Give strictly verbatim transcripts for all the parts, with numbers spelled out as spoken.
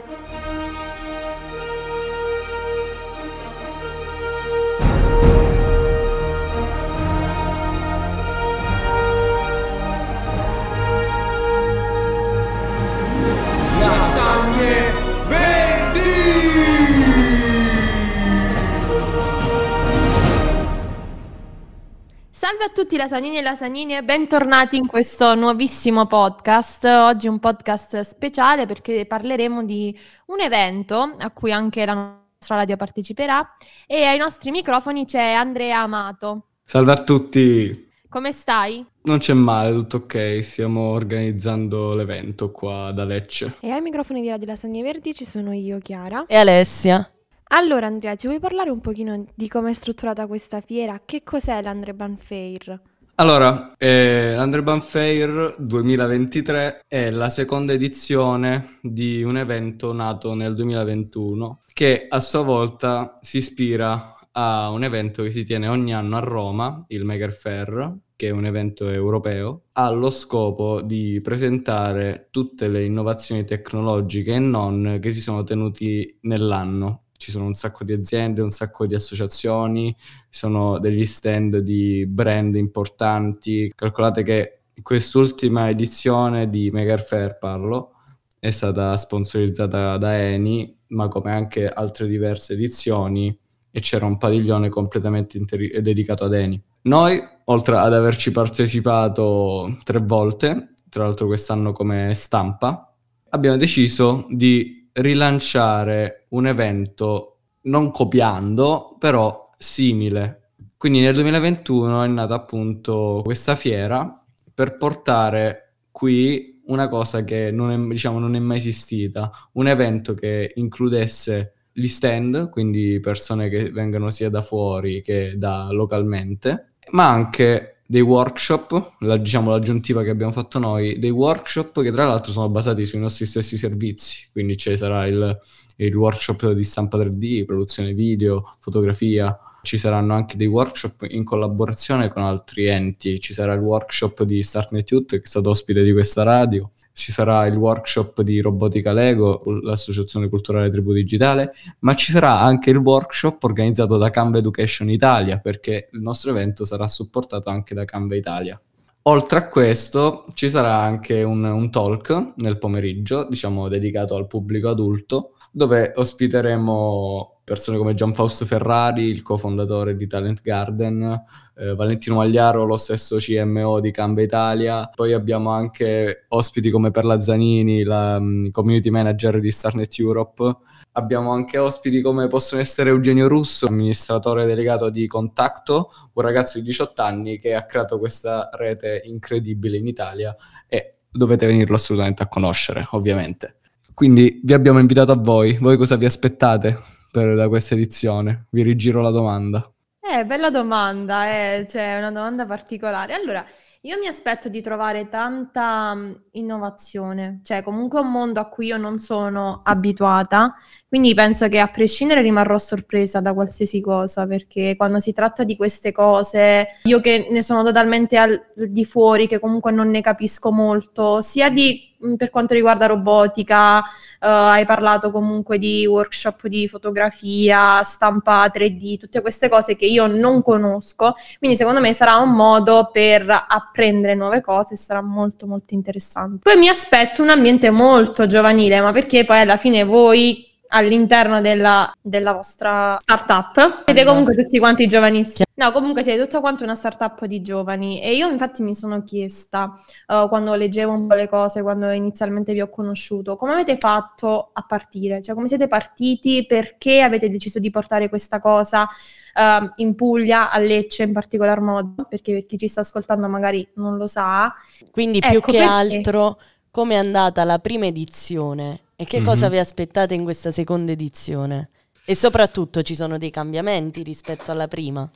Salve a tutti lasagnini e lasagnine, bentornati in questo nuovissimo podcast. Oggi è un podcast speciale perché parleremo di un evento a cui anche la nostra radio parteciperà e ai nostri microfoni c'è Andrea Amato. Salve a tutti! Come stai? Non c'è male, tutto ok, stiamo organizzando l'evento qua da Lecce. E ai microfoni di Radio Lasagne Verdi ci sono io, Chiara. E Alessia. Allora Andrea, ci vuoi parlare un pochino di come è strutturata questa fiera? Che cos'è l'Andreban Fair? Allora, eh, l'Andreban Fair duemilaventitré è la seconda edizione di un evento nato nel duemilaventuno che a sua volta si ispira a un evento che si tiene ogni anno a Roma, il Maker Faire, che è un evento europeo, ha lo scopo di presentare tutte le innovazioni tecnologiche e non che si sono tenuti nell'anno. Ci sono un sacco di aziende, un sacco di associazioni, ci sono degli stand di brand importanti. Calcolate che quest'ultima edizione di Maker Faire, parlo, è stata sponsorizzata da Eni, ma come anche altre diverse edizioni, e c'era un padiglione completamente inter- dedicato ad Eni. Noi, oltre ad averci partecipato tre volte, tra l'altro quest'anno come stampa, abbiamo deciso di rilanciare un evento non copiando, però simile. Quindi nel duemilaventuno è nata appunto questa fiera per portare qui una cosa che non è, diciamo, non è mai esistita, un evento che includesse gli stand, quindi persone che vengono sia da fuori che da localmente, ma anche dei workshop, la, diciamo l'aggiuntiva che abbiamo fatto noi, dei workshop che tra l'altro sono basati sui nostri stessi servizi, quindi ci sarà il, il workshop di stampa tre D, produzione video, fotografia, ci saranno anche dei workshop in collaborazione con altri enti, ci sarà il workshop di Startnet Youth che è stato ospite di questa radio, ci sarà il workshop di Robotica Lego, l'associazione culturale Tribù Digitale, ma ci sarà anche il workshop organizzato da Canva Education Italia, perché il nostro evento sarà supportato anche da Canva Italia. Oltre a questo ci sarà anche un, un talk nel pomeriggio, diciamo dedicato al pubblico adulto, dove ospiteremo persone come Gianfausto Ferrari, il cofondatore di Talent Garden, eh, Valentino Magliaro, lo stesso C M O di Canva Italia. Poi abbiamo anche ospiti come Perla Zanini, la um, community manager di Startnet Europe. Abbiamo anche ospiti come possono essere Eugenio Russo, amministratore delegato di Contacto, un ragazzo di diciotto anni che ha creato questa rete incredibile in Italia e dovete venirlo assolutamente a conoscere, ovviamente. Quindi vi abbiamo invitato a voi. Voi cosa vi aspettate per da questa edizione? Vi rigiro la domanda. Eh, bella domanda, eh, cioè una domanda particolare. Allora, io mi aspetto di trovare tanta mh, innovazione, cioè comunque è un mondo a cui io non sono abituata, quindi penso che a prescindere rimarrò sorpresa da qualsiasi cosa, perché quando si tratta di queste cose, io che ne sono totalmente al di fuori, che comunque non ne capisco molto, sia di per quanto riguarda robotica, uh, hai parlato comunque di workshop di fotografia, stampa tre D, tutte queste cose che io non conosco, quindi secondo me sarà un modo per apprendere nuove cose e sarà molto molto interessante. Poi mi aspetto un ambiente molto giovanile, ma perché poi alla fine voi all'interno della, della vostra startup siete comunque tutti quanti giovanissimi. No, comunque siete tutta quanto una startup di giovani e io infatti mi sono chiesta uh, quando leggevo un po' le cose, quando inizialmente vi ho conosciuto, come avete fatto a partire? Cioè come siete partiti? Perché avete deciso di portare questa cosa uh, in Puglia, a Lecce in particolar modo? Perché per chi ci sta ascoltando magari non lo sa. Quindi ecco, più che perché... altro come è andata la prima edizione e che Mm-hmm. cosa vi aspettate in questa seconda edizione? E soprattutto ci sono dei cambiamenti rispetto alla prima?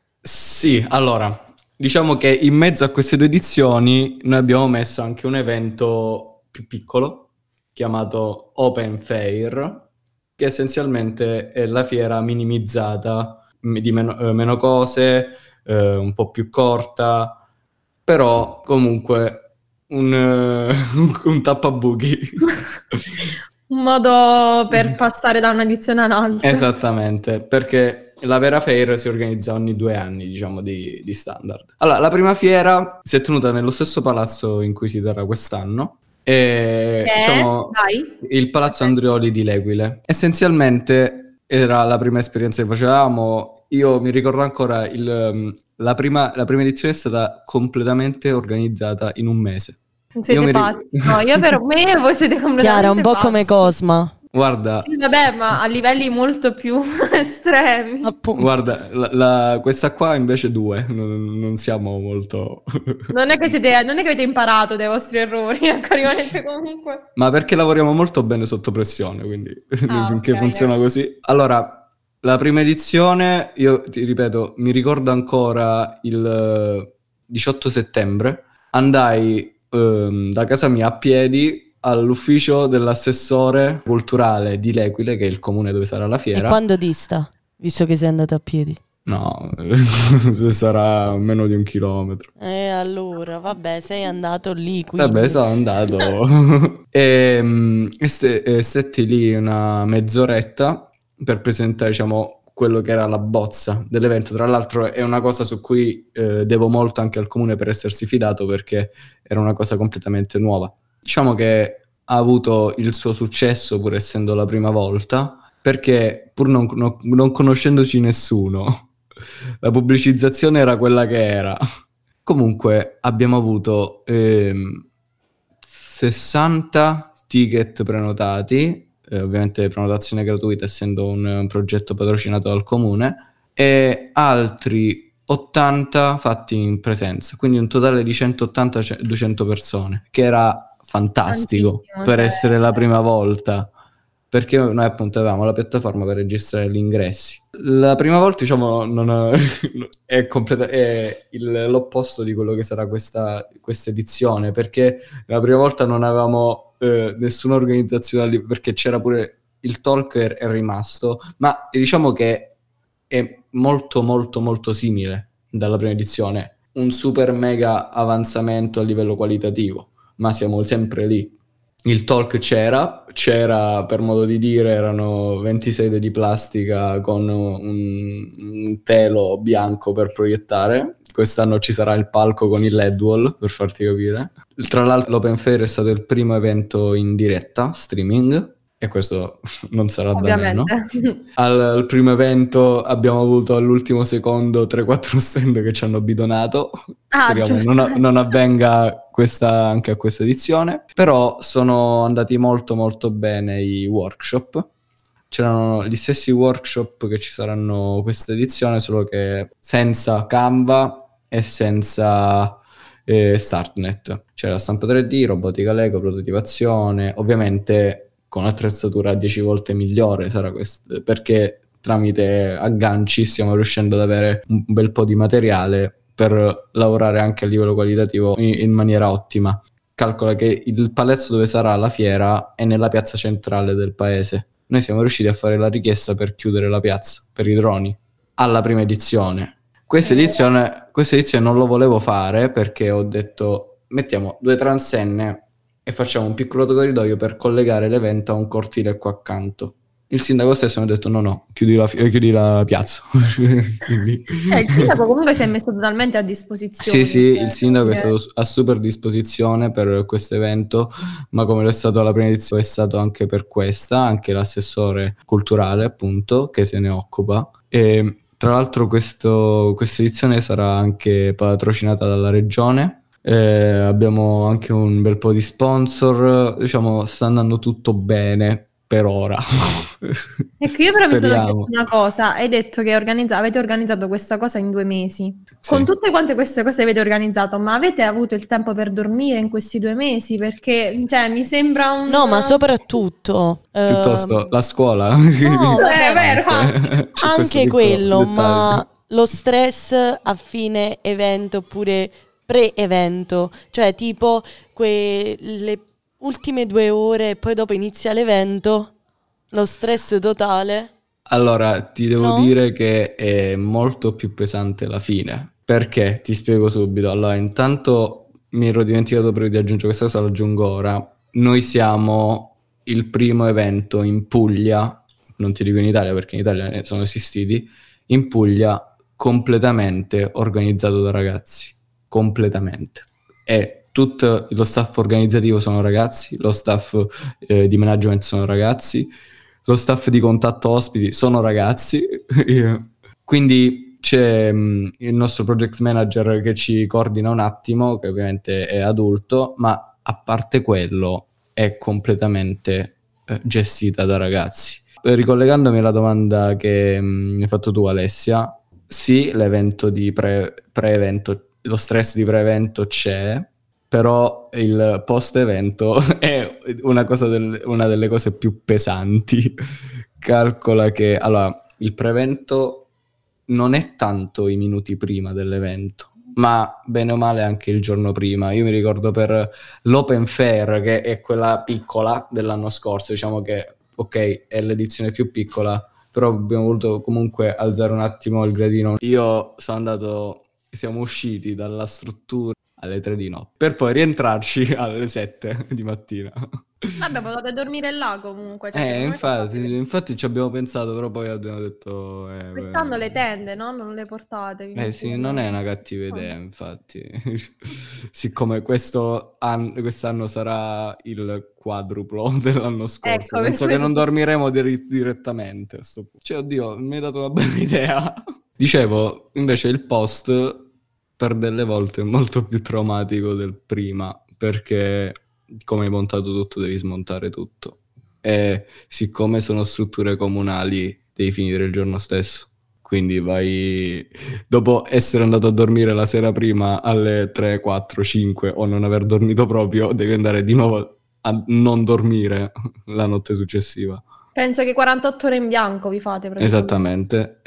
Sì, allora, diciamo che in mezzo a queste due edizioni noi abbiamo messo anche un evento più piccolo chiamato Open Fair, che essenzialmente è la fiera minimizzata, di meno, eh, meno cose, eh, un po' più corta, però comunque un, uh, un tappabuchi. Un modo per passare da un'edizione all'altra. Esattamente, perché la vera fair si organizza ogni due anni, diciamo, di, di standard. Allora, la prima fiera si è tenuta nello stesso palazzo in cui si terrà quest'anno, e, Eh, diciamo, vai. il Palazzo Ok. Andreoli di L'Equile. Essenzialmente era la prima esperienza che facevamo. Io mi ricordo ancora il, um, la, prima, la prima edizione è stata completamente organizzata in un mese. Siete Io mi ri- pazzi. No, io per me voi siete completamente Chiara, un po' pazzi. come Cosma. Guarda, Sì, vabbè, ma a livelli molto più estremi. Appunto. guarda la, la- questa qua invece due, non, non siamo molto... Non è che siete, non è che avete imparato dai vostri errori, ecco, rimanete comunque. Ma perché lavoriamo molto bene sotto pressione, quindi Ah, finché ok, funziona eh. così. Allora, la prima edizione, io ti ripeto, mi ricordo ancora il eh, diciotto settembre, andai ehm, da casa mia a piedi all'ufficio dell'assessore culturale di L'Equile, che è il comune dove sarà la E fiera. quando dista? Visto che sei andato a piedi. No, se sarà meno di un chilometro. E allora, vabbè, sei andato lì, quindi. Vabbè, sono andato e, mm, e ste- e stetti lì una mezz'oretta per presentare, diciamo, quello che era la bozza dell'evento. Tra l'altro è una cosa su cui eh, devo molto anche al comune per essersi fidato, perché era una cosa completamente nuova. Diciamo che ha avuto il suo successo pur essendo la prima volta, perché pur non, non- non conoscendoci nessuno, la pubblicizzazione era quella che era. Comunque abbiamo avuto ehm, sessanta ticket prenotati, eh, ovviamente prenotazione gratuita essendo un, un progetto patrocinato dal comune, e altri ottanta fatti in presenza, quindi un totale di centottanta duecento persone, che era fantastico Tantissimo, per cioè, essere la prima volta, perché noi appunto avevamo la piattaforma per registrare gli ingressi. La prima volta, diciamo, non è, completa- è il- l'opposto di quello che sarà questa, questa edizione, perché la prima volta non avevamo eh, nessuna organizzazione lì, perché c'era pure il talk è, è rimasto, ma diciamo che è molto molto molto simile dalla prima edizione, un super mega avanzamento a livello qualitativo, ma siamo sempre lì. Il talk c'era, c'era per modo di dire, erano venti sedie di plastica con un, un telo bianco per proiettare. Quest'anno ci sarà il palco con il L E D wall, per farti capire. Tra l'altro l'Open Fair è stato il primo evento in diretta, streaming, e questo non sarà da meno. ovviamente. Al, al primo evento abbiamo avuto all'ultimo secondo tre quattro stand che ci hanno bidonato. Ah, Speriamo giusto. non, non avvenga questa, anche a questa edizione. Però sono andati molto molto bene i workshop. C'erano gli stessi workshop che ci saranno questa edizione, solo che senza Canva e senza eh, StartNet. C'era stampa tre D, robotica Lego, prototipazione, ovviamente con attrezzatura dieci volte migliore sarà questo, perché tramite agganci stiamo riuscendo ad avere un bel po' di materiale per lavorare anche a livello qualitativo in, in maniera ottima. Calcola che il palazzo dove sarà la fiera è nella piazza centrale del paese. Noi siamo riusciti a fare la richiesta per chiudere la piazza per i droni alla prima edizione. Questa edizione, questa edizione non lo volevo fare perché ho detto mettiamo due transenne e facciamo un piccolo corridoio per collegare l'evento a un cortile qua accanto. Il sindaco stesso mi ha detto no no, chiudi la, fi- chiudi la piazza. Quindi... Eh, il sindaco comunque si è messo totalmente a disposizione. Sì, sì, cioè, il sindaco è perché- stato a super disposizione per questo evento, ma come lo è stato alla prima edizione è stato anche per questa, anche l'assessore culturale appunto che se ne occupa. E tra l'altro questo, questa edizione sarà anche patrocinata dalla regione. Eh, abbiamo anche un bel po' di sponsor, diciamo sta andando tutto bene per ora. Ecco, io però mi sono Speriamo. chiesto una cosa, hai detto che organizza- avete organizzato questa cosa in due mesi. Sì. Con tutte quante queste cose avete organizzato, ma avete avuto il tempo per dormire in questi due mesi? Perché, cioè, mi sembra un... No, ma soprattutto. ehm, Piuttosto la scuola. No, Eh, è vero. C'è questo anche piccolo quello, dettaglio. ma lo stress a fine evento oppure pre-evento, cioè tipo quelle ultime due ore e poi dopo inizia l'evento, lo stress totale. Allora, ti devo No? dire che è molto più pesante la fine. Perché? Ti spiego subito. Allora, intanto mi ero dimenticato prima di aggiungere questa cosa, l'aggiungo ora. Noi siamo il primo evento in Puglia, non ti dico in Italia perché in Italia ne sono esistiti, in Puglia completamente organizzato da ragazzi, completamente. E tutto lo staff organizzativo sono ragazzi, lo staff eh, di management sono ragazzi, lo staff di contatto ospiti sono ragazzi, quindi c'è mh, il nostro project manager che ci coordina un attimo, che ovviamente è adulto, ma a parte quello è completamente eh, gestita da ragazzi. Ricollegandomi alla domanda che mh, hai fatto tu, Alessia, sì, l'evento di pre- pre-evento, lo stress di pre-evento c'è, però il post-evento è una, cosa del, una delle cose più pesanti. Calcola che allora, il pre-evento non è tanto i minuti prima dell'evento, ma bene o male anche il giorno prima. Io mi ricordo per l'Open Fair, che è quella piccola dell'anno scorso, diciamo che ok, è l'edizione più piccola, però abbiamo voluto comunque alzare un attimo il gradino. Io sono andato, siamo usciti dalla struttura alle tre di notte, per poi rientrarci alle sette di mattina. Vabbè, potete dormire là comunque. Cioè, Eh, secondo me infatti, fate- infatti ci abbiamo pensato, però poi abbiamo detto... Eh, Quest'anno beh, le tende, no? Non le portate. vi Eh mettete sì, non è una là. cattiva idea, Vabbè. infatti. Siccome questo anno, quest'anno sarà il quadruplo dell'anno scorso, Ecco, penso per che non quello- dormiremo dir- direttamente a sto punto. Cioè, oddio, mi hai dato una bella idea. Dicevo, invece il post per delle volte è molto più traumatico del prima, perché come hai montato tutto devi smontare tutto. E siccome sono strutture comunali devi finire il giorno stesso. Quindi vai, dopo essere andato a dormire la sera prima alle tre, quattro, cinque o non aver dormito proprio, devi andare di nuovo a non dormire la notte successiva. Penso che quarantotto ore in bianco vi fate praticamente. Esattamente,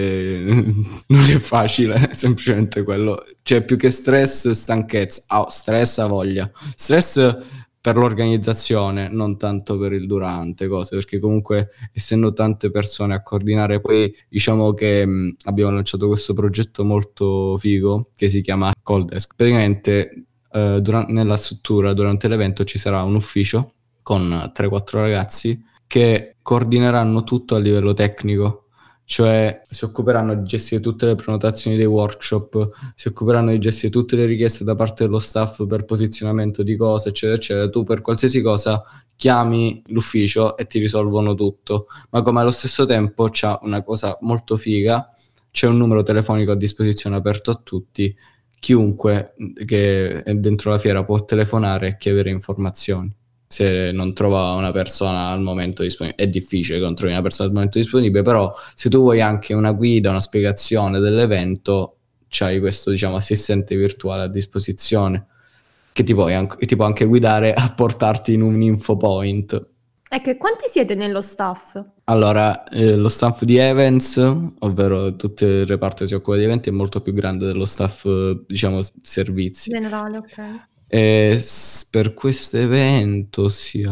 e non è facile, è semplicemente quello. Cioè, più che stress, stanchezza. Ah, stress ha voglia. Stress per l'organizzazione, non tanto per il durante, cose, perché comunque essendo tante persone a coordinare, poi diciamo che mh, abbiamo lanciato questo progetto molto figo che si chiama Cold Desk. Praticamente eh, dura- nella struttura, durante l'evento, ci sarà un ufficio con tre quattro ragazzi che coordineranno tutto a livello tecnico, cioè si occuperanno di gestire tutte le prenotazioni dei workshop, si occuperanno di gestire tutte le richieste da parte dello staff per posizionamento di cose, eccetera, eccetera. Tu per qualsiasi cosa chiami l'ufficio e ti risolvono tutto, ma come allo stesso tempo c'è una cosa molto figa, c'è un numero telefonico a disposizione aperto a tutti, chiunque che è dentro la fiera può telefonare e chiedere informazioni. Se non trova una persona al momento disponibile, è difficile che non trovi una persona al momento disponibile, però se tu vuoi anche una guida, una spiegazione dell'evento, c'hai questo, diciamo, assistente virtuale a disposizione che ti, puoi anche, ti può anche guidare a portarti in un info point. Ecco, e quanti siete nello staff? Allora, eh, lo staff di events, ovvero tutto il reparto che si occupa di eventi, è molto più grande dello staff, eh, diciamo, servizi. Generale, ok. E s- per questo evento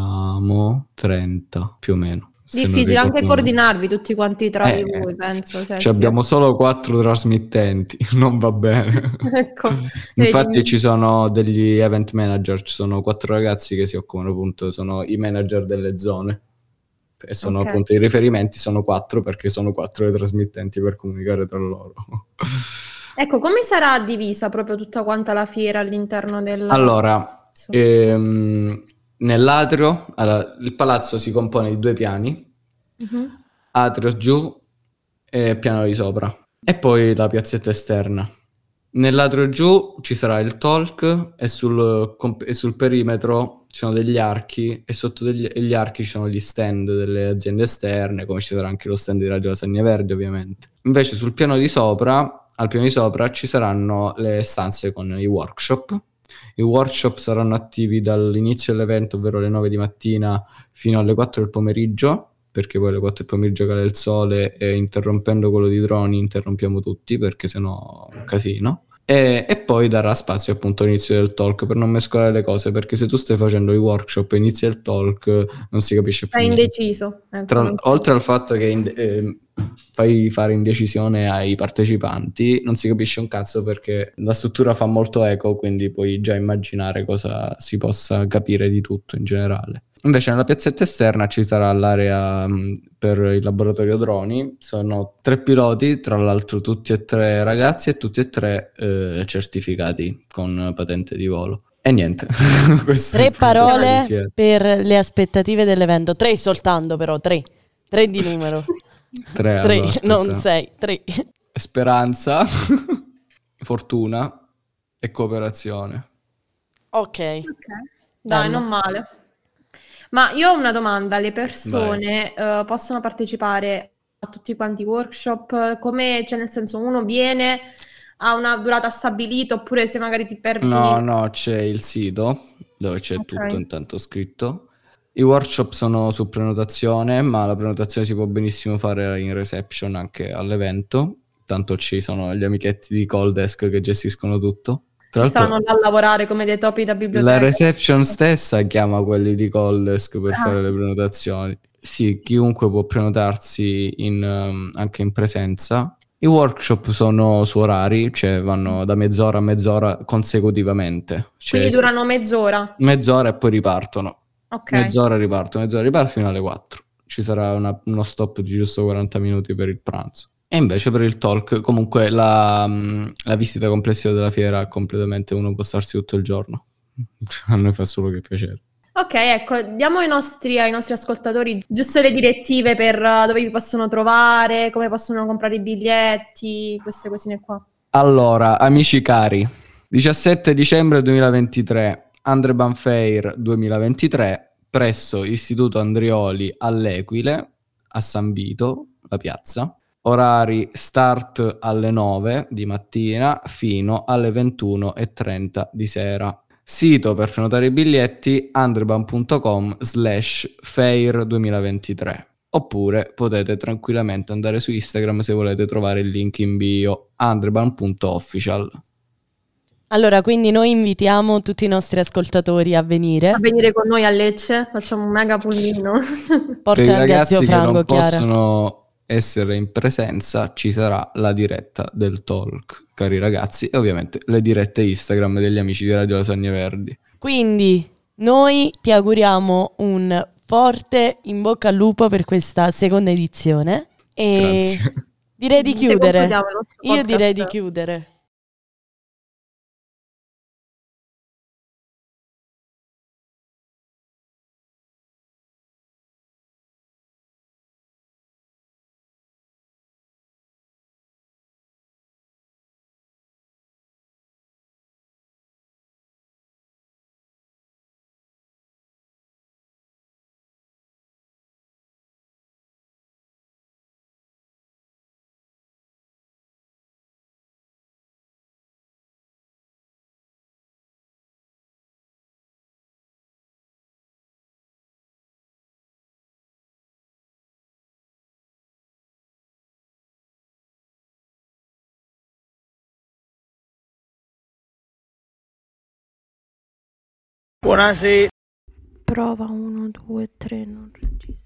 siamo trenta più o meno. se non Difficile anche ricordo male. coordinarvi tutti quanti tra di Eh, voi, penso. Cioè, cioè sì. abbiamo solo quattro trasmittenti, non va bene. Ecco, Infatti vedi. ci sono degli event manager, ci sono quattro ragazzi che si occupano appunto, sono i manager delle zone. E sono Ok. appunto i riferimenti, sono quattro perché sono quattro le trasmittenti per comunicare tra loro. Ecco, come sarà divisa proprio tutta quanta la fiera all'interno del... Allora, ehm, nell'atrio, allora, il palazzo si compone di due piani, Mhm. atrio giù e piano di sopra, e poi la piazzetta esterna. Nell'atrio giù ci sarà il talk e sul, comp- e sul perimetro ci sono degli archi e sotto degli, gli archi ci sono gli stand delle aziende esterne, come ci sarà anche lo stand di Radio Lasagne Verde ovviamente. Invece sul piano di sopra, al piano di sopra ci saranno le stanze con i workshop. I workshop saranno attivi dall'inizio dell'evento, ovvero alle nove di mattina fino alle quattro del pomeriggio, perché poi alle quattro del pomeriggio cade il sole e interrompendo quello di droni interrompiamo tutti perché sennò è un casino. E, e poi darà spazio appunto all'inizio del talk per non mescolare le cose, perché se tu stai facendo i workshop e inizia il talk non si capisce più È niente. indeciso. Ecco, Tra- non- oltre al fatto che ind- eh, fai fare indecisione ai partecipanti, non si capisce un cazzo perché la struttura fa molto eco, quindi puoi già immaginare cosa si possa capire di tutto in generale. Invece nella piazzetta esterna ci sarà l'area mh, per il laboratorio droni, sono tre piloti, tra l'altro tutti e tre ragazzi e tutti e tre eh, certificati con patente di volo. E niente, questo Tre è tutto per il parole fiera. per le aspettative dell'evento. Tre soltanto, però, tre. Tre di numero. Tre, Tre, allora, aspetta. non sei, tre. Speranza, fortuna e cooperazione. Ok. Ok. Dai, Bello. non male. Ma io ho una domanda, le persone eh, possono partecipare a tutti quanti i workshop? Come, cioè nel senso uno viene a una durata stabilita oppure se magari ti perdi... No, no, c'è il sito dove c'è Ok. tutto intanto scritto. I workshop sono su prenotazione, ma la prenotazione si può benissimo fare in reception anche all'evento. Tanto ci sono gli amichetti di Cold-Desk che gestiscono tutto. Tra Che l'altro, stanno là a lavorare come dei topi da la biblioteca. reception stessa chiama quelli di Cold-Desk per Ah. fare le prenotazioni. Sì, chiunque può prenotarsi in, um, anche in presenza. I workshop sono su orari, cioè vanno da mezz'ora a mezz'ora consecutivamente. Cioè, Quindi sì, durano mezz'ora. mezz'ora e poi ripartono. Ok. Mezz'ora riparto, mezz'ora riparto fino alle quattro. Ci sarà una- uno stop di giusto quaranta minuti per il pranzo. E invece per il talk, comunque la, mh, la visita complessiva della fiera completamente uno può starsi tutto il giorno. A noi fa solo che piacere. Ok, ecco, diamo ai nostri, ai nostri ascoltatori giusto le direttive per uh, dove vi possono trovare, come possono comprare i biglietti, queste cosine qua. Allora, amici cari, diciassette dicembre duemilaventitré, Andreban Fair duemilaventitré, presso Istituto Andrioli all'Equile, a San Vito, la piazza. Orari start alle nove di mattina fino alle ventuno e trenta di sera. Sito per prenotare i biglietti andreban.com slash fair duemilaventitré. Oppure potete tranquillamente andare su Instagram se volete trovare il link in bio andreban punto official. Allora, quindi noi invitiamo tutti i nostri ascoltatori a venire. A venire con noi a Lecce, facciamo un mega pullino. Porta Per i anche a zio ragazzi che Franco, non Chiara. possono essere in presenza ci sarà la diretta del talk, cari ragazzi, e ovviamente le dirette Instagram degli amici di Radio Lasagne Verdi. Quindi noi ti auguriamo un forte in bocca al lupo per questa seconda edizione e Grazie. direi di Te chiudere. concludiamo il nostro Io direi di podcast. chiudere. Buonasera. Prova uno, due, tre, non registro.